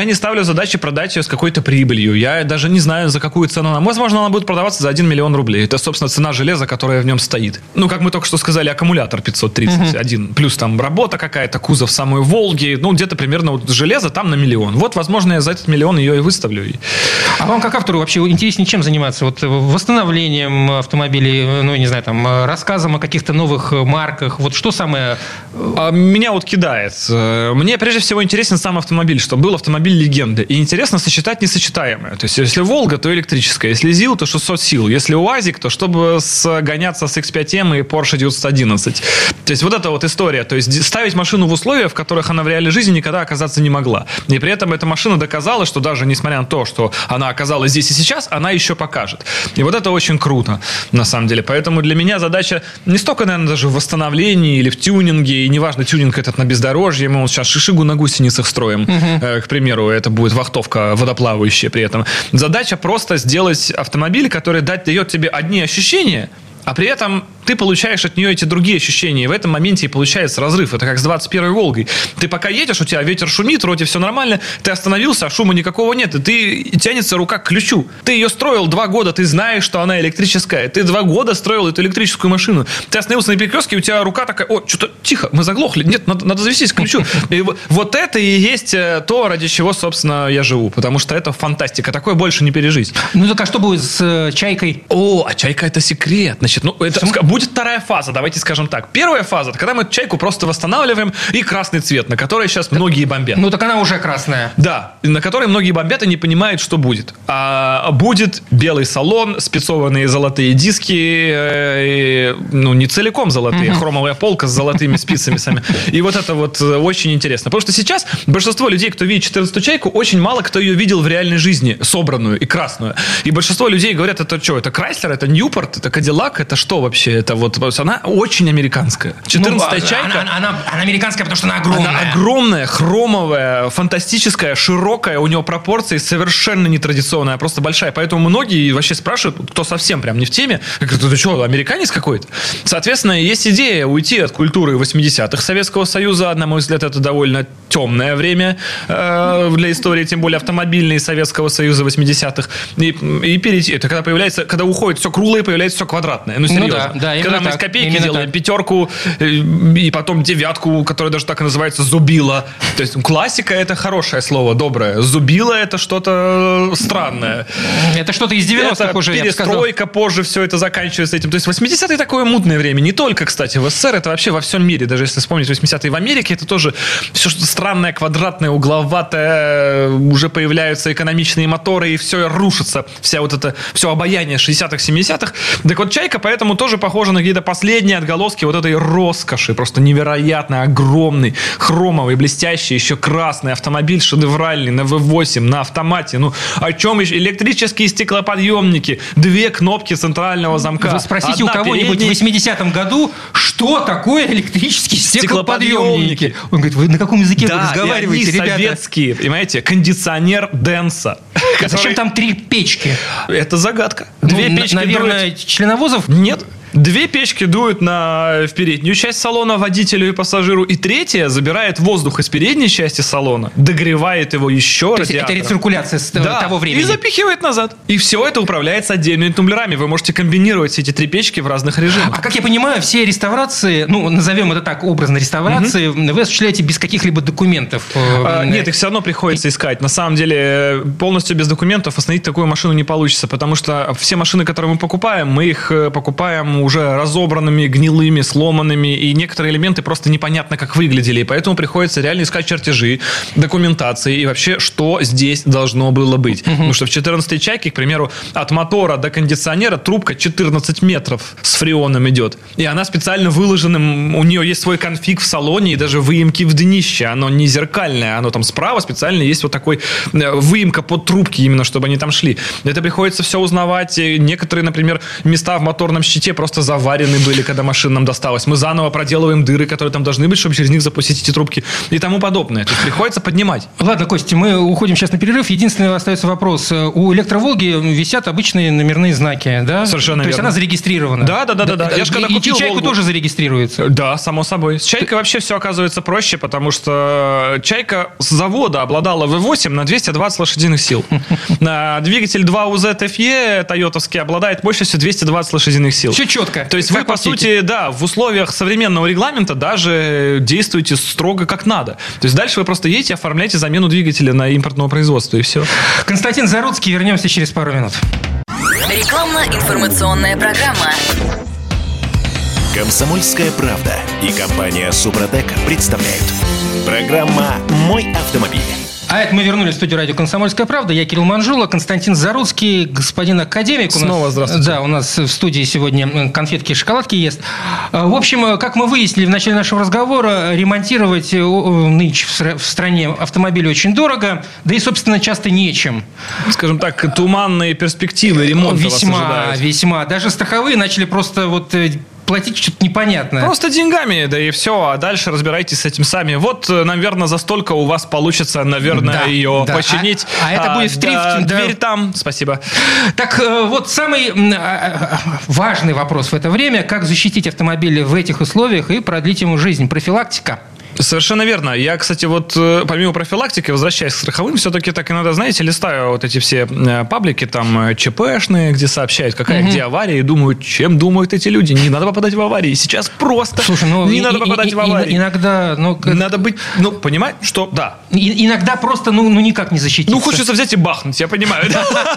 задача продать ее с какой-то прибылью. Я даже не знаю, за какую цену она. Возможно, она будет продаваться за 1 миллион рублей. Это, собственно, цена железа, которая в нем стоит. Ну, как мы только что сказали, аккумулятор 531. Плюс там работа какая-то, кузов самой Волги. Ну, где-то примерно вот железо там на миллион. Вот, возможно, я за этот миллион ее и выставлю. А вам, как автору, вообще интереснее чем заниматься? Вот восстановлением автомобилей, ну, не знаю, там, рассказом о каких-то новых марках. Вот что самое... Меня вот кидает. Мне, прежде всего, интересен сам автомобиль, что был автомобиль легенды. И интересно сочетать несочетаемое. То есть, если Волга, то электрическая. Если ЗИЛ, то 600 сил. Если УАЗик, то чтобы гоняться с X5M и Porsche 911. То есть, вот эта вот история. То есть, ставить машину в условия, в которых она в реальной жизни никогда оказаться не могла. И при этом эта машина доказала, что даже несмотря на то, что она оказалась здесь и сейчас, она еще покажет. И вот это очень круто, на самом деле. Поэтому для меня задача не столько, наверное, даже в восстановлении или в тюнинге. И неважно, тюнинг этот на бездорожье. Мы вот сейчас шишигу на гусеницах строим. К примеру, это будет вахтовка водоплавающая при этом. Задача просто сделать автомобиль, который дает тебе одни ощущения, а при этом ты получаешь от нее эти другие ощущения. И в этом моменте и получается разрыв. Это как с 21-й Волгой. Ты пока едешь, у тебя ветер шумит, вроде все нормально, ты остановился, а шума никакого нет. И тянется рука к ключу. Ты ее строил 2 года, ты знаешь, что она электрическая. Ты 2 года строил эту электрическую машину. Ты остановился на перекрестке, у тебя рука такая: о, что-то тихо, мы заглохли. Нет, надо завестись к ключу. И вот это и есть то, ради чего, собственно, я живу. Потому что это фантастика. Такое больше не пережить. Ну так а что будет с «Чайкой»? А «Чайка» — это секрет. Значит, будет 2-я фаза, давайте скажем так. 1-я фаза — это когда мы «Чайку» просто восстанавливаем, и красный цвет, на который сейчас многие бомбят. Ну так она уже красная. Да, на который многие бомбят и не понимают, что будет. А будет белый салон, спецованные золотые диски, не целиком золотые, хромовая полка с золотыми спицами сами. И вот это вот очень интересно. Потому что сейчас большинство людей, кто видит 14-ю «Чайку», очень мало кто ее видел в реальной жизни, собранную и красную. И большинство людей говорят: это что, это Крайслер, это Ньюпорт, это Кадиллак, это что вообще? Это вот она очень американская. 14-я «Чайка». Она американская, потому что она огромная. Она огромная, хромовая, фантастическая, широкая. У нее пропорции совершенно нетрадиционная, просто большая. Поэтому многие вообще спрашивают, кто совсем прям не в теме, говорят: ты что, американец какой-то? Соответственно, есть идея уйти от культуры 80-х Советского Союза. На мой взгляд, это довольно темное время для истории, тем более автомобильной Советского Союза 80-х. И перейти. Это когда уходит все круглое, появляется все квадратное. Ну, серьезно. Да, когда мы из копейки делаем 5-ку и потом 9-ку, которая даже так и называется зубила. То есть классика — это хорошее слово, доброе. Зубила — это что-то странное. Это что-то из 90-х уже, я бы сказал. Перестройка, позже все это заканчивается этим. То есть 80-е такое мутное время. Не только, кстати, в СССР, это вообще во всем мире. Даже если вспомнить 80-е в Америке, это тоже все что-то странное, квадратное, угловатое. Уже появляются экономичные моторы, и все рушится. Все обаяние 60-х, 70-х. Так вот, «Чайка» поэтому тоже похожа на какие-то последние отголоски вот этой роскоши. Просто невероятно огромный, хромовый, блестящий, еще красный автомобиль, шедевральный, на V8, на автомате. Ну, о чем еще? Электрические стеклоподъемники, 2 кнопки центрального замка. Вы спросите у кого-нибудь в 80-м году, что такое электрические стеклоподъемники? Он говорит: вы на каком языке вы разговариваете, ребята? Советские, понимаете, кондиционер Денса. Зачем там 3 печки? Это загадка. 2 печки, наверное, членовозов? Нет. 2 печки дуют в переднюю часть салона водителю и пассажиру, и 3-я забирает воздух из передней части салона, догревает его еще радиатором. Это рециркуляция с того времени. И запихивает назад. И все это управляется отдельными тумблерами. Вы можете комбинировать все эти 3 печки в разных режимах. А как я понимаю, все реставрации, назовем это так, образно реставрации, вы осуществляете без каких-либо документов? Нет, их все равно приходится искать. На самом деле, полностью без документов остановить такую машину не получится, потому что все машины, которые мы их покупаем уже разобранными, гнилыми, сломанными, и некоторые элементы просто непонятно как выглядели, и поэтому приходится реально искать чертежи, документации и вообще, что здесь должно было быть. Потому что в 14-й «Чайке», к примеру, от мотора до кондиционера трубка 14 метров с фреоном идет. И она специально выложена, у нее есть свой конфиг в салоне и даже выемки в днище. Оно не зеркальное, оно там справа специально есть вот такой выемка под трубки, именно чтобы они там шли. Это приходится все узнавать. Некоторые, например, места в моторном щите просто просто заварены были, когда машина нам досталась. Мы заново проделываем дыры, которые там должны быть, чтобы через них запустить эти трубки и тому подобное. То есть приходится поднимать. Ладно, Костя, мы уходим сейчас на перерыв. Единственный остается вопрос. У электроволги висят обычные номерные знаки, да? Совершенно верно. То есть она зарегистрирована? Да. Я же когда и купил Чайку «Волгу», тоже зарегистрируется? Да, само собой. С Чайкой вообще все оказывается проще, потому что Чайка с завода обладала V8 на 220 лошадиных сил. Двигатель 2UZ FE тойотовский обладает мощностью 220 лошадиных сил. Все четко. То есть вы, по сути, да, в условиях современного регламента даже действуете строго как надо. То есть дальше вы просто едете, оформляете замену двигателя на импортного производства, и все. Константин Заруцкий. Вернемся через пару минут. Рекламно-информационная программа. «Комсомольская правда» и компания «Супротек» представляют. Программа «Мой автомобиль». А это мы вернулись в студию радио «Комсомольская правда». Я Кирилл Манжула, Константин Заруцкий, господин академик. Снова здравствуйте. Да, у нас в студии сегодня конфетки и шоколадки ест. В общем, как мы выяснили в начале нашего разговора, ремонтировать нынче в стране автомобили очень дорого, да и, собственно, часто нечем. Скажем так, туманные перспективы ремонта вас ожидают. Весьма. Даже страховые начали просто платить что-то непонятное. Просто деньгами, да и все. А дальше разбирайтесь с этим сами. Вот, наверное, за столько у вас получится, наверное, ее починить. А это будет в дрифте. Дверь там. Спасибо. Так вот, самый важный вопрос в это время: как защитить автомобиль в этих условиях и продлить ему жизнь? Профилактика. Совершенно верно. Я, кстати, вот помимо профилактики, возвращаясь к страховым, все-таки так иногда, знаете, листаю вот эти все паблики там ЧПшные, где сообщают, какая где авария, и думаю, чем думают эти люди? Не надо попадать в аварии. Сейчас просто не надо попадать в аварии. Иногда, надо быть, понимать, что да. Иногда просто, никак не защититься. Хочется взять и бахнуть, я понимаю.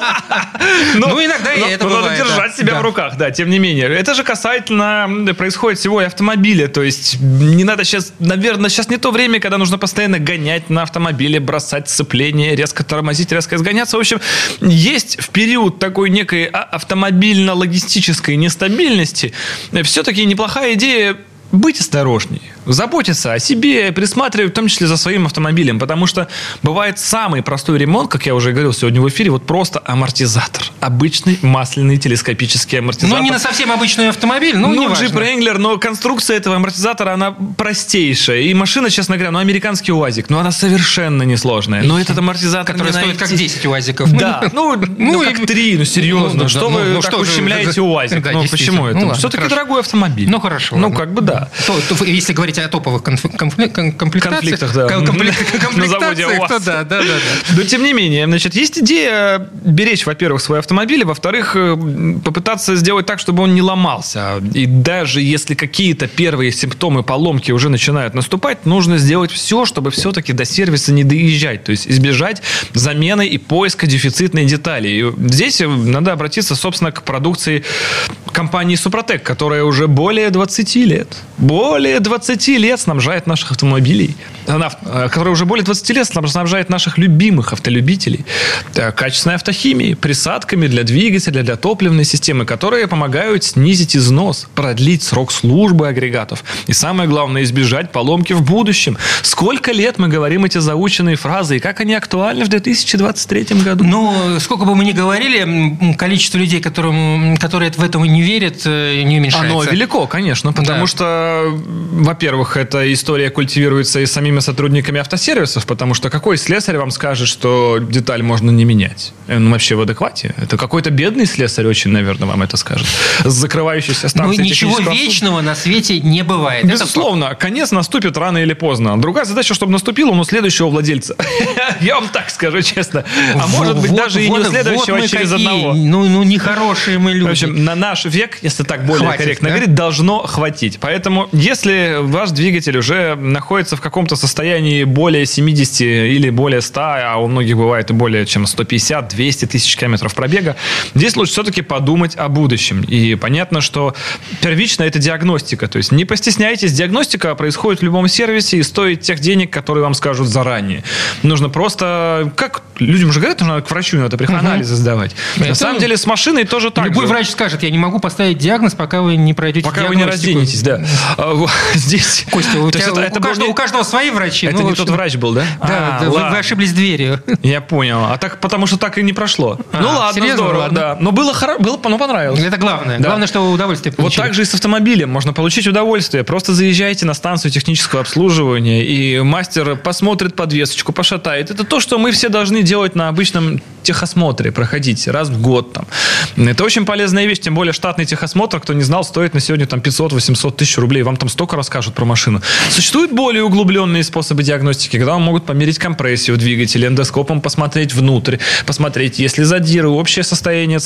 Иногда и это бывает. Надо держать себя в руках, да, тем не менее. Это же касательно происходит всего и автомобиля. То есть не надо сейчас, наверное, сейчас не то время, когда нужно постоянно гонять на автомобиле, бросать сцепление, резко тормозить, резко изгоняться. В общем, есть в период такой некой автомобильно-логистической нестабильности все-таки неплохая идея быть осторожнее, заботиться о себе, присматривать в том числе за своим автомобилем, потому что бывает самый простой ремонт, как я уже говорил сегодня в эфире, вот просто амортизатор. Обычный масляный телескопический амортизатор. Не на совсем обычный автомобиль, Jeep Wrangler, но конструкция этого амортизатора, она простейшая. И машина, честно говоря, УАЗик, но она совершенно несложная. Но этот амортизатор который стоит как 10 УАЗиков. Да, как 3, серьезно. Что вы так ущемляете УАЗик? Почему это? Все-таки дорогой автомобиль. Хорошо. Да. Если говорить о топовых комплектациях, на заводе УАЗ. Да. Но тем не менее, есть идея беречь, во-первых, свой автомобиль, во-вторых, попытаться сделать так, чтобы он не ломался. И даже если какие-то первые симптомы поломки уже начинают наступать, нужно сделать все, чтобы все-таки до сервиса не доезжать. То есть избежать замены и поиска дефицитной детали. И здесь надо обратиться, собственно, к продукции компании «Супротек», которая уже более 20 лет снабжает наших автомобилей, которая уже более 20 лет снабжает наших любимых автолюбителей качественной автохимией, присадками для двигателя, для топливной системы, которые помогают снизить износ, продлить срок службы агрегатов и, самое главное, избежать поломки в будущем. Сколько лет мы говорим эти заученные фразы, и как они актуальны в 2023 году? Сколько бы мы ни говорили, количество людей, которые в этом не верят, не уменьшается. Оно велико, конечно, потому что, во-первых, эта история культивируется и самими сотрудниками автосервисов, потому что какой слесарь вам скажет, что деталь можно не менять? Вообще в адеквате? Это какой-то бедный слесарь очень, наверное, вам это скажет. С закрывающейся станцией ничего вечного на свете не бывает. Безусловно, конец наступит рано или поздно. Другая задача, чтобы наступил он у следующего владельца. Я вам так скажу честно. А может быть, даже и не у следующего, а через одного. Нехорошие мы люди. В общем, на наш век, если так более корректно говорить, должно хватить. Поэтому, если ваш двигатель уже находится в каком-то состоянии более 70 или более 100, а у многих бывает и более чем 150-200 тысяч километров пробега, здесь лучше все-таки подумать о будущем. И понятно, что первично это диагностика. То есть не постесняйтесь, диагностика происходит в любом сервисе и стоит тех денег, которые вам скажут заранее. Нужно просто, как людям же говорят, нужно к врачу надо анализы сдавать. На самом деле с машиной тоже так же. Врач скажет, я не могу поставить диагноз, пока вы не пройдете диагностику. Пока вы не разденетесь, да. Здесь есть... Костя, у каждого свои врачи. Это не тот врач был, да? Да, вы ошиблись дверью. Я понял. Потому что так и не прошло. Ладно, серьезно? здорово, Ладно. да. Но было понравилось. Это главное. Да. Главное, что удовольствие получили. Вот так же и с автомобилем можно получить удовольствие. Просто заезжайте на станцию технического обслуживания, и мастер посмотрит подвесочку, пошатает. Это то, что мы все должны делать на обычном техосмотре, проходить раз в год. Там. Это очень полезная вещь, тем более штатный техосмотр, кто не знал, стоит на сегодня там 500-800 тысяч рублей. Вам там столько расскажут про машину. Существуют более углубленные способы диагностики, когда вам могут померить компрессию в двигателе, эндоскопом посмотреть внутрь, посмотреть, есть ли задиры, общее состояние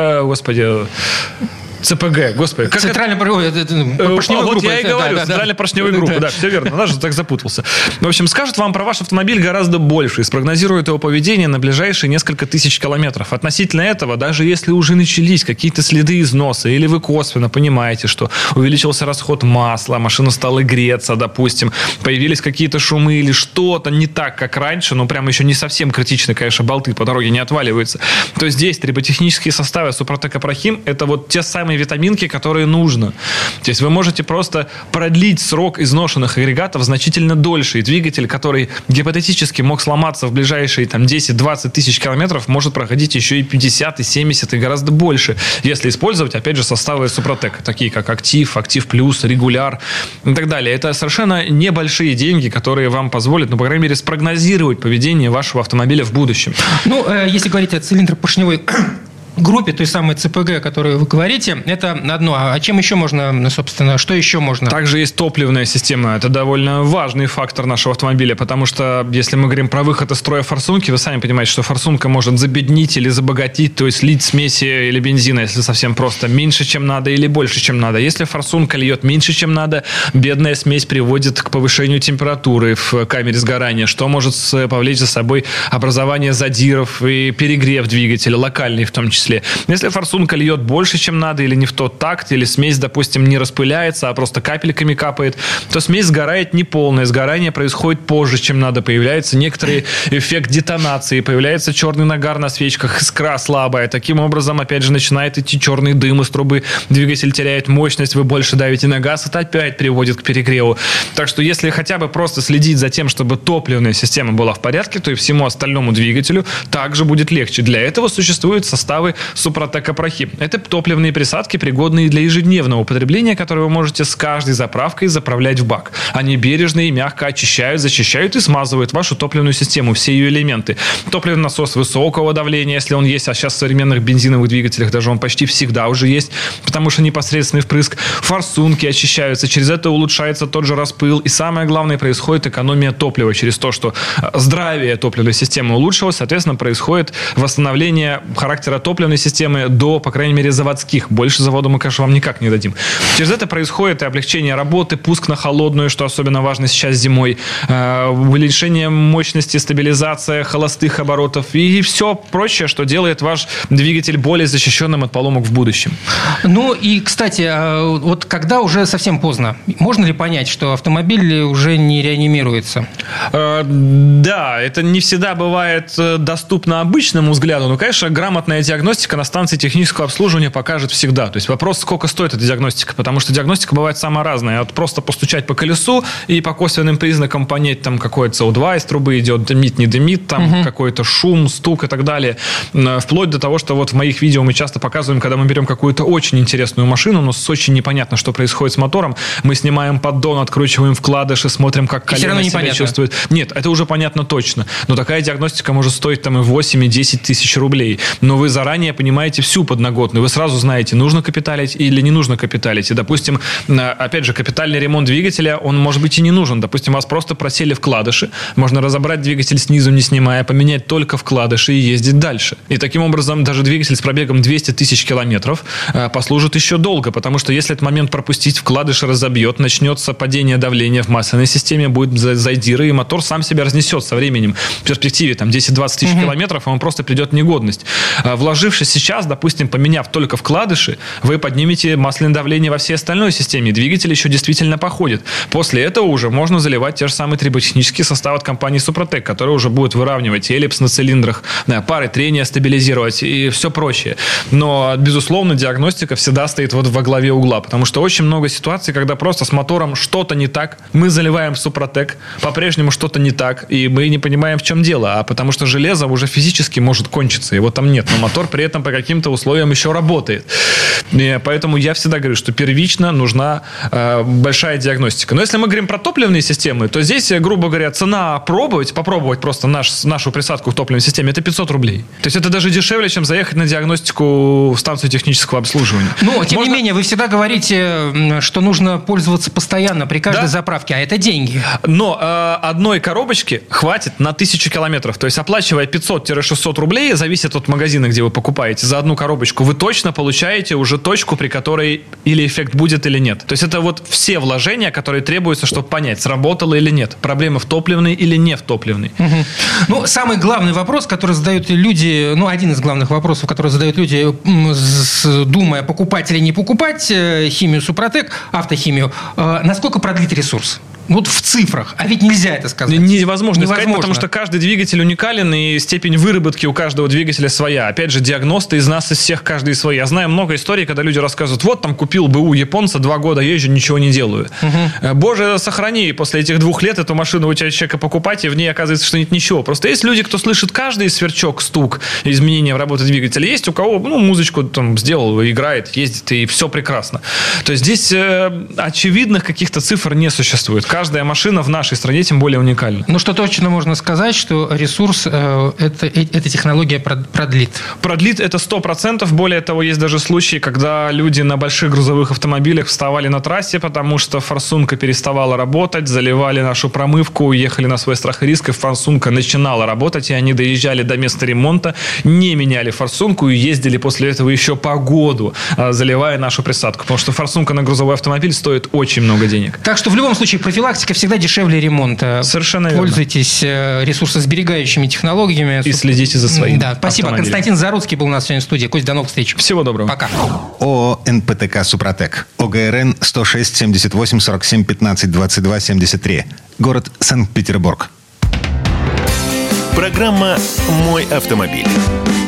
ЦПГ, господи. Центрально-поршневой группы. Вот я и говорю, центрально-поршневой группы, да, все верно, даже так запутался. В общем, скажет вам про ваш автомобиль гораздо больше и спрогнозирует его поведение на ближайшие несколько тысяч километров. Относительно этого, даже если уже начались какие-то следы износа, или вы косвенно понимаете, что увеличился расход масла, машина стала греться, допустим, появились какие-то шумы или что-то не так, как раньше, но прям еще не совсем критично, конечно, болты по дороге не отваливаются, то здесь триботехнические составы Супротек Апрахим – это вот те самые витаминки, которые нужно. То есть вы можете просто продлить срок изношенных агрегатов значительно дольше. И двигатель, который гипотетически мог сломаться в ближайшие 10-20 тысяч километров, может проходить еще и 50, и 70, и гораздо больше, если использовать, опять же, составы Супротек, такие как Актив, Актив Плюс, Регуляр и так далее. Это совершенно небольшие деньги, которые вам позволят, по крайней мере, спрогнозировать поведение вашего автомобиля в будущем. Если говорить о цилиндропоршневой группе, той самой ЦПГ, о которой вы говорите, это одно. А чем еще можно, собственно, что еще можно? Также есть топливная система. Это довольно важный фактор нашего автомобиля, потому что, если мы говорим про выход из строя форсунки, вы сами понимаете, что форсунка может забеднить или забогатить, то есть лить смеси или бензина, если совсем просто, меньше, чем надо, или больше, чем надо. Если форсунка льет меньше, чем надо, бедная смесь приводит к повышению температуры в камере сгорания, что может повлечь за собой образование задиров и перегрев двигателя, локальный в том числе. Если форсунка льет больше, чем надо, или не в тот такт, или смесь, допустим, не распыляется, а просто капельками капает, то смесь сгорает неполное. Сгорание происходит позже, чем надо. Появляется некоторый эффект детонации, появляется черный нагар на свечках, искра слабая. Таким образом, опять же, начинает идти черный дым из трубы, двигатель теряет мощность, вы больше давите на газ, это опять приводит к перегреву. Так что, если хотя бы просто следить за тем, чтобы топливная система была в порядке, то и всему остальному двигателю также будет легче. Для этого существуют составы Супротек Апрахим. Это топливные присадки, пригодные для ежедневного употребления, которые вы можете с каждой заправкой заправлять в бак. Они бережно и мягко очищают, зачищают и смазывают вашу топливную систему, все ее элементы. Топливный насос высокого давления, если он есть, а сейчас в современных бензиновых двигателях даже он почти всегда уже есть, потому что непосредственный впрыск. Форсунки очищаются, через это улучшается тот же распыл. И самое главное, происходит экономия топлива через то, что здравие топливной системы улучшилось, соответственно, происходит восстановление характера топливной системы до, по крайней мере, заводских. Больше завода мы, конечно, вам никак не дадим. Через это происходит и облегчение работы, пуск на холодную, что особенно важно сейчас зимой, увеличение мощности, стабилизация холостых оборотов и все прочее, что делает ваш двигатель более защищенным от поломок в будущем. И, кстати, вот когда уже совсем поздно, можно ли понять, что автомобиль уже не реанимируется? Да, это не всегда бывает доступно обычному взгляду, но, конечно, грамотная диагностика на станции технического обслуживания покажет всегда. То есть вопрос, сколько стоит эта диагностика, потому что диагностика бывает самая разная. От просто постучать по колесу и по косвенным признакам понять, там какое СО2 из трубы идет, дымит, не дымит, там какой-то шум, стук и так далее. Вплоть до того, что вот в моих видео мы часто показываем, когда мы берем какую-то очень интересную машину, но с очень непонятно, что происходит с мотором, мы снимаем поддон, откручиваем вкладыши, смотрим, как колено себя чувствует. Нет, это уже понятно точно. Но такая диагностика может стоить там и 8, и 10 тысяч рублей. Но вы заранее понимаете всю подноготную. Вы сразу знаете, нужно капиталить или не нужно капиталить. И, допустим, опять же, капитальный ремонт двигателя, он, может быть, и не нужен. Допустим, у вас просто просели вкладыши. Можно разобрать двигатель снизу, не снимая, поменять только вкладыши и ездить дальше. И таким образом даже двигатель с пробегом 200 тысяч километров послужит еще долго, потому что если этот момент пропустить, вкладыши разобьет, начнется падение давления в масляной системе, будет зайдиры, и мотор сам себя разнесет со временем. В перспективе там 10-20 тысяч километров, и он просто придет в негодность. Вложить вложившись сейчас, допустим, поменяв только вкладыши, вы поднимете масляное давление во всей остальной системе. Двигатель еще действительно походит. После этого уже можно заливать те же самые триботехнические составы от компании Супротек, которые уже будут выравнивать эллипс на цилиндрах, пары трения стабилизировать и все прочее. Но, безусловно, диагностика всегда стоит вот во главе угла, потому что очень много ситуаций, когда просто с мотором что-то не так, мы заливаем Супротек, по-прежнему что-то не так, и мы не понимаем, в чем дело, а потому что железо уже физически может кончиться, его там нет, но мотор при этом по каким-то условиям еще работает. И поэтому я всегда говорю, что первично нужна большая диагностика. Но если мы говорим про топливные системы, то здесь, грубо говоря, цена попробовать просто нашу присадку в топливной системе, это 500 рублей. То есть это даже дешевле, чем заехать на диагностику в станцию технического обслуживания. Но, тем не менее, вы всегда говорите, что нужно пользоваться постоянно при каждой заправке, а это деньги. Но одной коробочки хватит на 1000 километров. То есть, оплачивая 500-600 рублей, зависит от магазина, где вы покупаете, за одну коробочку, вы точно получаете уже точку, при которой или эффект будет, или нет. То есть, это вот все вложения, которые требуются, чтобы понять, сработало или нет. Проблема в топливной или не в топливной. Угу. Ну, самый главный вопрос, который задают люди, один из главных вопросов, который задают люди, думая, покупать или не покупать химию Супротек, автохимию, насколько продлит ресурс? Вот в цифрах. А ведь нельзя это сказать. Невозможно сказать, потому что каждый двигатель уникален, и степень выработки у каждого двигателя своя. Опять же, диагносты из нас, из всех, каждый свои. Я знаю много историй, когда люди рассказывают, вот там купил БУ японца, 2 года езжу, ничего не делаю. Угу. Боже, сохрани, после этих 2 лет эту машину у человека покупать, и в ней оказывается, что нет ничего. Просто есть люди, кто слышит каждый сверчок, стук, изменения в работе двигателя. Есть у кого, музычку там сделал, играет, ездит, и все прекрасно. То есть здесь очевидных каких-то цифр не существует. Каждая машина в нашей стране тем более уникальна. Ну, что точно можно сказать, что ресурс эта технология продлит. Продлит это 100%. Более того, есть даже случаи, когда люди на больших грузовых автомобилях вставали на трассе, потому что форсунка переставала работать, заливали нашу промывку, ехали на свой страх и риск, и форсунка начинала работать, и они доезжали до места ремонта, не меняли форсунку и ездили после этого еще по году, заливая нашу присадку. Потому что форсунка на грузовой автомобиль стоит очень много денег. Так что в любом случае профилактика всегда дешевле ремонта. Совершенно верно. Пользуйтесь ресурсосберегающими технологиями. И следите за своим. Да, спасибо. Константин Заруцкий был у нас сегодня в студии. Кость, до новых встреч. Всего доброго. Пока. ООО «НПТК Супротек». ОГРН 106 78 47 15 22 73. Город Санкт-Петербург. Программа «Мой автомобиль».